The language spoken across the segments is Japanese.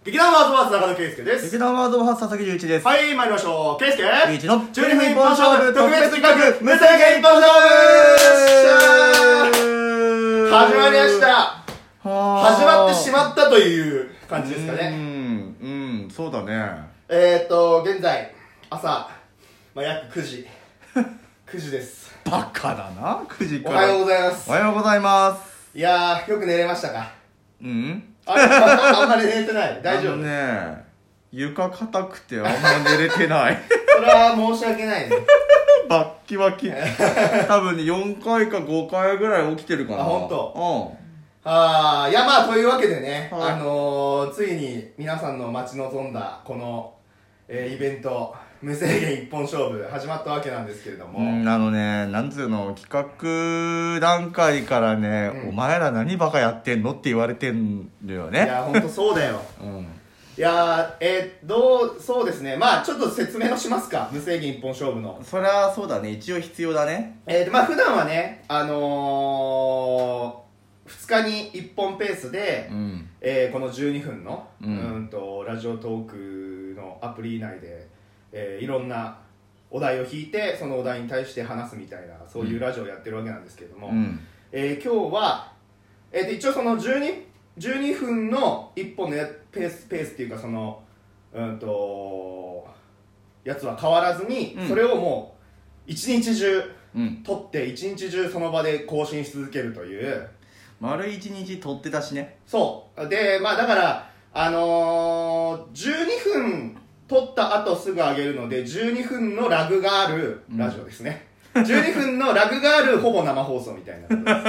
劇団ワードバース中野圭介です。 劇団ワードバース佐々木隆一です。 はい、参りましょう。圭介隆一の 12分一本勝負特別企画無制限一本勝負始まりました。始まってしまったという感じですかね。 そうだね。 現在朝、約9時9時です。 バカだな、9時から。 おはようございます。 おはようございます。 いやー、よく寝れましたか？あんまり寝れてない。大丈夫ね。床硬くてあんま寝れてないそれは申し訳ないねバッキバキ多分ね4回か5回ぐらい起きてるかな。 ほんと。 うん。 いやというわけでね、 はいついに皆さんの待ち望んだこの、イベント無制限一本勝負始まったわけなんですけれども、 なんつうの、企画段階からね、お前ら何バカやってんのって言われてんのよね。 いやほんとそうだよいやそうですね。ちょっと説明をしますか。無制限一本勝負の。 そりゃそうだね、一応必要だね。 普段はね、2日に1本ペースで、この12分の、ラジオトークのアプリ内で、いろんなお題を引いてそのお題に対して話すみたいな、そういうラジオをやってるわけなんですけれども、今日は、一応その12分の1本のペースっていうか、そのやつは変わらずに、それをもう一日中撮って一日中その場で更新し続けるという丸一日撮ってたしね。 そうで、だから12分撮った後すぐ上げるので12分のラグがあるラジオですね、12分のラグがあるほぼ生放送みたいなことです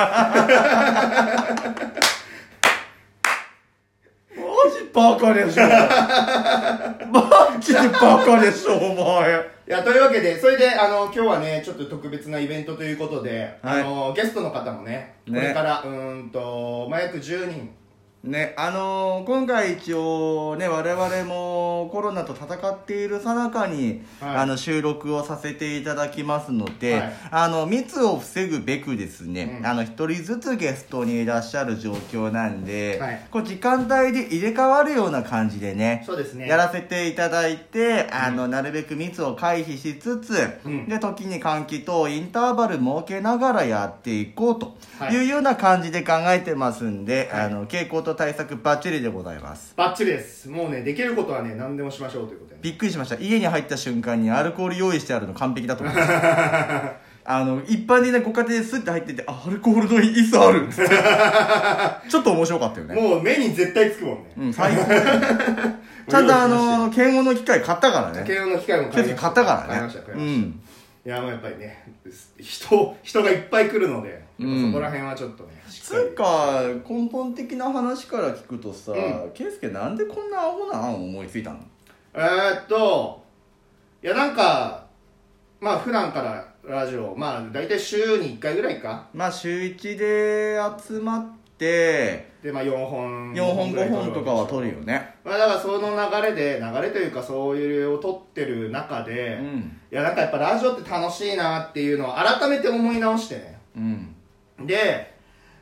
マジバカでしょマジでバカでしょお前。 いやというわけで、それで今日はねちょっと特別なイベントということで、ゲストの方もねこれから約10人ね、今回一応ね、我々もコロナと戦っている最中に、収録をさせていただきますので、密を防ぐべくですね、一人ずつゲストにいらっしゃる状況なんで、こう時間帯で入れ替わるような感じでね、 そうですね、 やらせていただいて、なるべく密を回避しつつ、で、時に換気とインターバル設けながらやっていこうというような感じで考えてますんで、傾向と対策バッチリでございます。 バッチリです。もうね、できることはね何でもしましょうということで、 びっくりしました。家に入った瞬間にアルコール用意してあるの完璧だと思います一般にね、ご家庭でスッて入ってて、アルコールの椅子あるっつってちょっと面白かったよね。もう目に絶対つくもんね。 最高だよちゃんと検温の機械買ったからね。 検温の機械も買いました。 買ったからね。 買いました。いややっぱりね、人がいっぱい来るので、そこら辺はちょっとね、 つうか根本的な話から聞くとさ、圭介なんでこんなアホな案を思いついたの？ いやなんか普段からラジオ大体週に1回ぐらいか、 週1で集まってで4本 5本とかは撮るよね。 だからその流れというか、そういうを撮ってる中で、いやなんかやっぱラジオって楽しいなっていうのを改めて思い直してね、で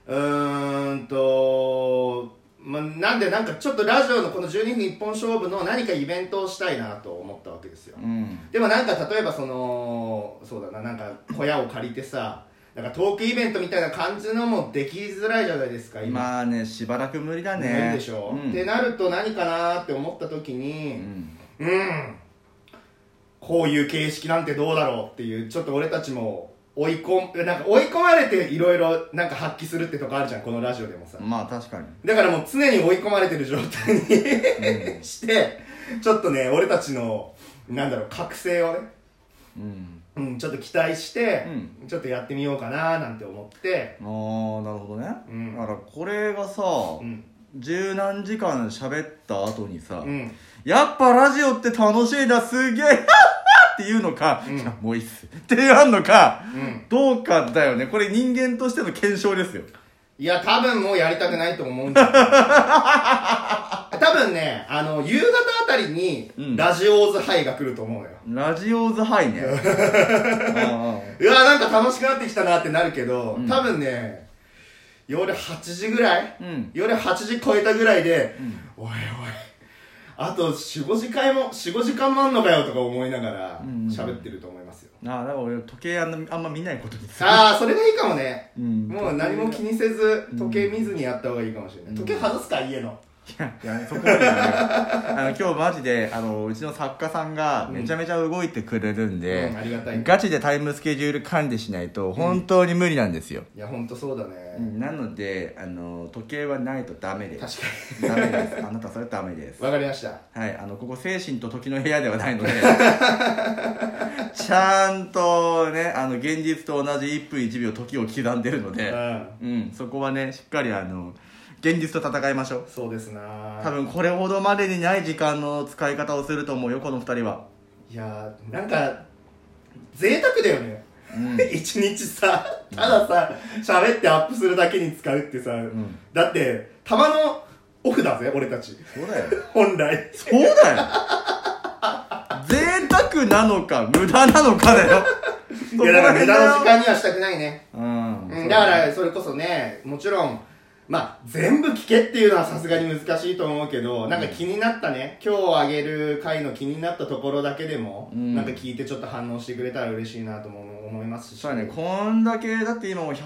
なんでちょっとラジオのこの12分一本勝負の何かイベントをしたいなと思ったわけですよ、でも例えばそうだな、小屋を借りてさ、トークイベントみたいな感じのもできづらいじゃないですか今。 しばらく無理だね。 無理でしょ、ってなると何かなって思った時にこういう形式なんてどうだろうっていう、ちょっと俺たちも追い込まれていろいろ発揮するってとこあるじゃん、このラジオでもさ。 確かに。 だからもう常に追い込まれてる状態にしてちょっとね、俺たちの覚醒をねちょっと期待して、ちょっとやってみようかななんて思って。 なるほどね、だからこれがさ、十何時間喋った後にさ、やっぱラジオって楽しいな、すげえっていうのか、いやもういいっすってやんのか、どうかだよね。これ人間としての検証ですよ。 いや多分もうやりたくないと思うんだよ多分ね、夕方あたりにラジオーズハイが来ると思うよ。 ラジオーズハイねうわ楽しくなってきたなってなるけど、多分ね夜8時ぐらい、夜8時超えたぐらいで、おいおいあと45時間もあんのかよとか思いながら喋ってると思いますよ。 だから俺時計あんま見ないことにする。それがいいかもね。もう何も気にせず時計見ずにやった方がいいかもしれない。時計外すか、家の。 いやそこまで今日マジでうちの作家さんがめちゃめちゃ動いてくれるんで、 ありがたい。 ガチでタイムスケジュール管理しないと本当に無理なんですよ。 いや本当そうだね。 なので時計はないとダメです。 確かにダメです。あなたそれダメです。 わかりました。 はい、ここ精神と時の部屋ではないのでちゃんとね現実と同じ1分1秒時を刻んでるので、そこはねしっかり現実と戦いましょう。 そうですな。 多分これほどまでにない時間の使い方をすると思うよ、この2人は。 いやなんか贅沢だよね。一日さたださ喋ってアップするだけに使うってさ、だってたまのオフだぜ俺たち。 そうだよ本来そうだよ贅沢なのか無駄なのかだよいやだから無駄の時間にはしたくないね。だからそれこそね、もちろん全部聞けっていうのはさすがに難しいと思うけど、なんか気になったね、今日あげる回の気になったところだけでも、なんか聞いてちょっと反応してくれたら嬉しいなとも思いますし。 そうだね、こんだけだって今も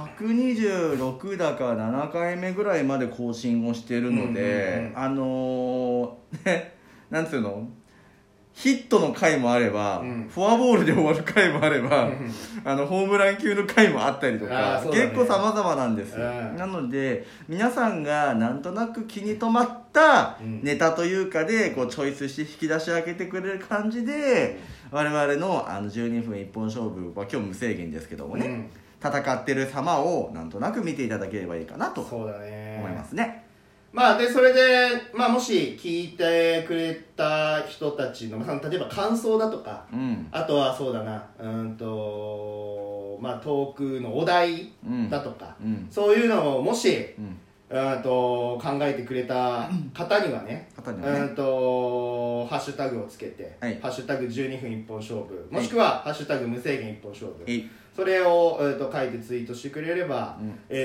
126だか7回目ぐらいまで更新をしてるので、ね、なんつうの、ヒットの回もあれば、フォアボールで終わる回もあれば、ホームラン級の回もあったりとか、結構様々なんですよ。なので皆さんがなんとなく気に留まったネタというかでこうチョイスして引き出し上げてくれる感じで、我々の12分一本勝負は今日無制限ですけどもね、戦ってる様をなんとなく見ていただければいいかなと思いますね。 でそれで、もし聞いてくれた人たちの、例えば感想だとか、あとはそうだな、トークのお題だとか、そういうのをもし、考えてくれた方にはね、ハッシュタグをつけて、ハッシュタグ12分一本勝負、もしくはハッシュタグ無制限一本勝負、それを、書いてツイートしてくれれば、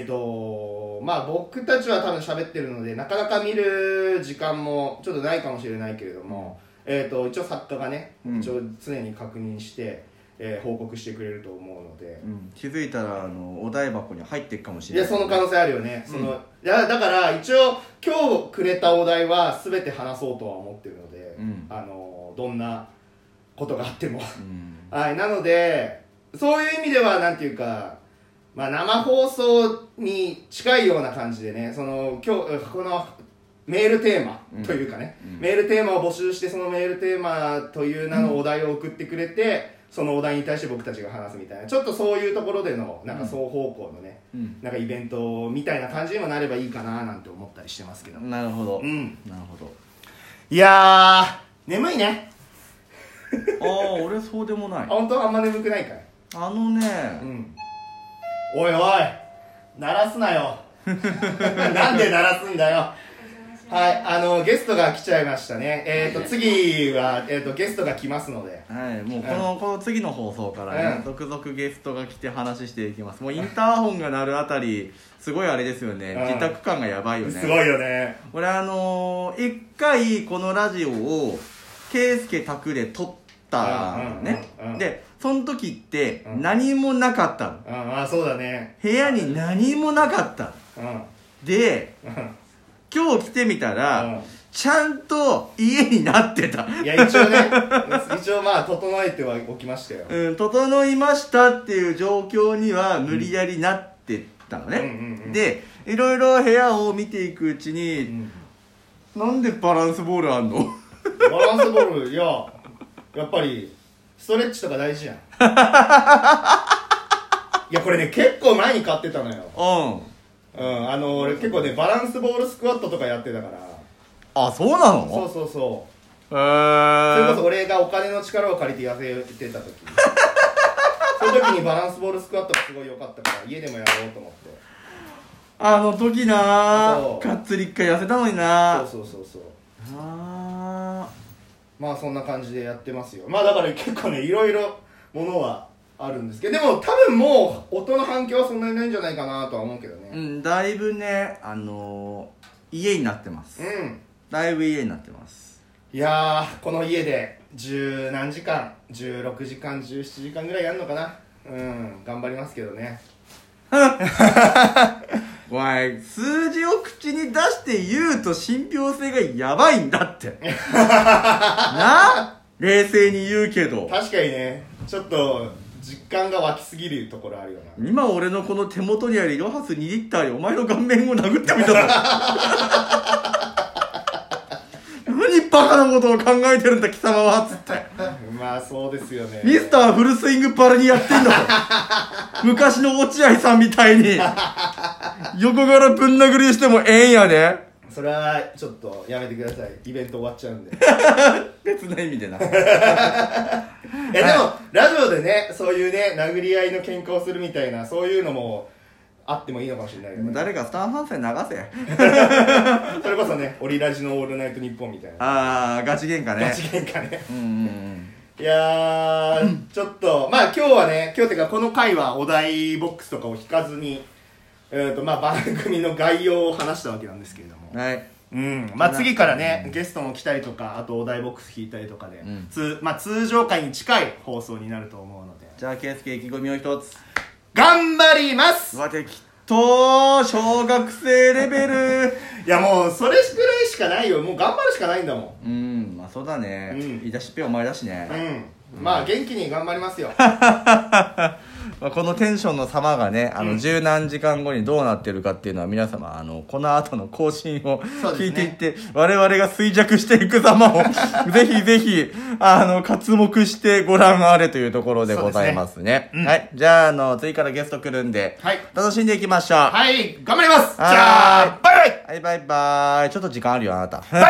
僕たちは多分喋ってるのでなかなか見る時間もちょっとないかもしれないけれども、一応作家がね、一応常に確認して、報告してくれると思うので、 気づいたらお題箱に入っていくかもしれない、 いやその可能性あるよね。だから一応今日くれたお題は全て話そうとは思ってるので、どんなことがあってもはい、なのでそういう意味ではなんていうか、生放送に近いような感じでね、今日このメールテーマというかね、メールテーマを募集して、そのメールテーマという名のお題を送ってくれて、そのお題に対して僕たちが話すみたいな、ちょっとそういうところでのなんか双方向のね、なんかイベントみたいな感じにもなればいいかななんて思ったりしてますけど。 なるほど、なるほど。 いやー眠いね俺そうでもない。 本当あんま眠くないかい。おいおい鳴らすなよなんで鳴らすんだよ。はい、ゲストが来ちゃいましたね。次は、ゲストが来ますので、 はい、もうこの次の放送からね、続々ゲストが来て話していきます。もうインターホンが鳴るあたりすごいあれですよね、自宅感がやばいよね。 すごいよね。 俺一回このラジオを圭介宅で撮ったのね、でその時って何もなかったの。 そうだね。 部屋に何もなかったの。で今日来てみたら、ちゃんと家になってた。 いや一応ね一応整えてはおきましたよ。 整いましたっていう状況には無理やりなってたのね。でいろいろ部屋を見ていくうちに、なんでバランスボールあんのバランスボール、いややっぱりストレッチとか大事じゃんいやこれね結構前に買ってたのよ。俺結構ねバランスボールスクワットとかやってたから。 そうなの。 そうそれこそ俺がお金の力を借りて痩せてた時その時にバランスボールスクワットがすごい良かったから家でもやろうと思って。 あの時なー、がっつり一回痩せたのになー。 そうそんな感じでやってますよ。だから結構ねいろいろものはあるんですけど、でも多分もう音の反響はそんなにないんじゃないかなとは思うけどね。 だいぶね家になってます。だいぶ家になってます。 いやー、この家で10何時間、16時間17時間ぐらいやるのかな。頑張りますけどね。 おい、数字を口に出して言うと信憑性がやばいんだってな、冷静に言うけど。 確かにね、ちょっと実感が湧きすぎるところあるよな。 今俺のこの手元にあるロハス2リッターでお前の顔面を殴ってみたぞ。何バカなことを考えてるんだ貴様はっつって。 まあそうですよね。 ミスターフルスイングパラにやってんだぞ。昔の落合さんみたいに横からぶん殴りしてもええんやで。 それはちょっとやめてください。イベント終わっちゃうんで。 別な意味でな。 いやでもラジオでね、そういうね、殴り合いの喧嘩をするみたいな、そういうのもあってもいいのかもしれないよね。 誰かスタンハンセン流せ。 それこそね、オリラジのオールナイトニッポンみたいな。 あー、ガチ喧嘩ね。 ガチ喧嘩ね。 うんうんうん。 いやー、ちょっとまあ今日はね、今日ってかこの回はお題ボックスとかを引かずに、まあ番組の概要を話したわけなんですけれども、 はい。 まあ次からね、ゲストも来たりとか、あとお題ボックス引いたりとかで、まあ通常回に近い放送になると思うので、 じゃあケイスケ意気込みを一つ。 頑張ります。 うわ、適当、小学生レベル。 いやもうそれくらいしかないよ。もう頑張るしかないんだもん。 まあそうだね。言い出しっぺお前だしね。 まあ元気に頑張りますよ。 まあこのテンションの様がね、十何時間後にどうなってるかっていうのは皆様、この後の更新を聞いていって、我々が衰弱していく様を、ぜひぜひ、刮目してご覧あれというところでございますね。はい。じゃあ、次からゲスト来るんで、はい。楽しんでいきましょう。 はい、頑張ります。じゃあ、バイバイ。 はい、バイバイ。ちょっと時間あるよ、あなた。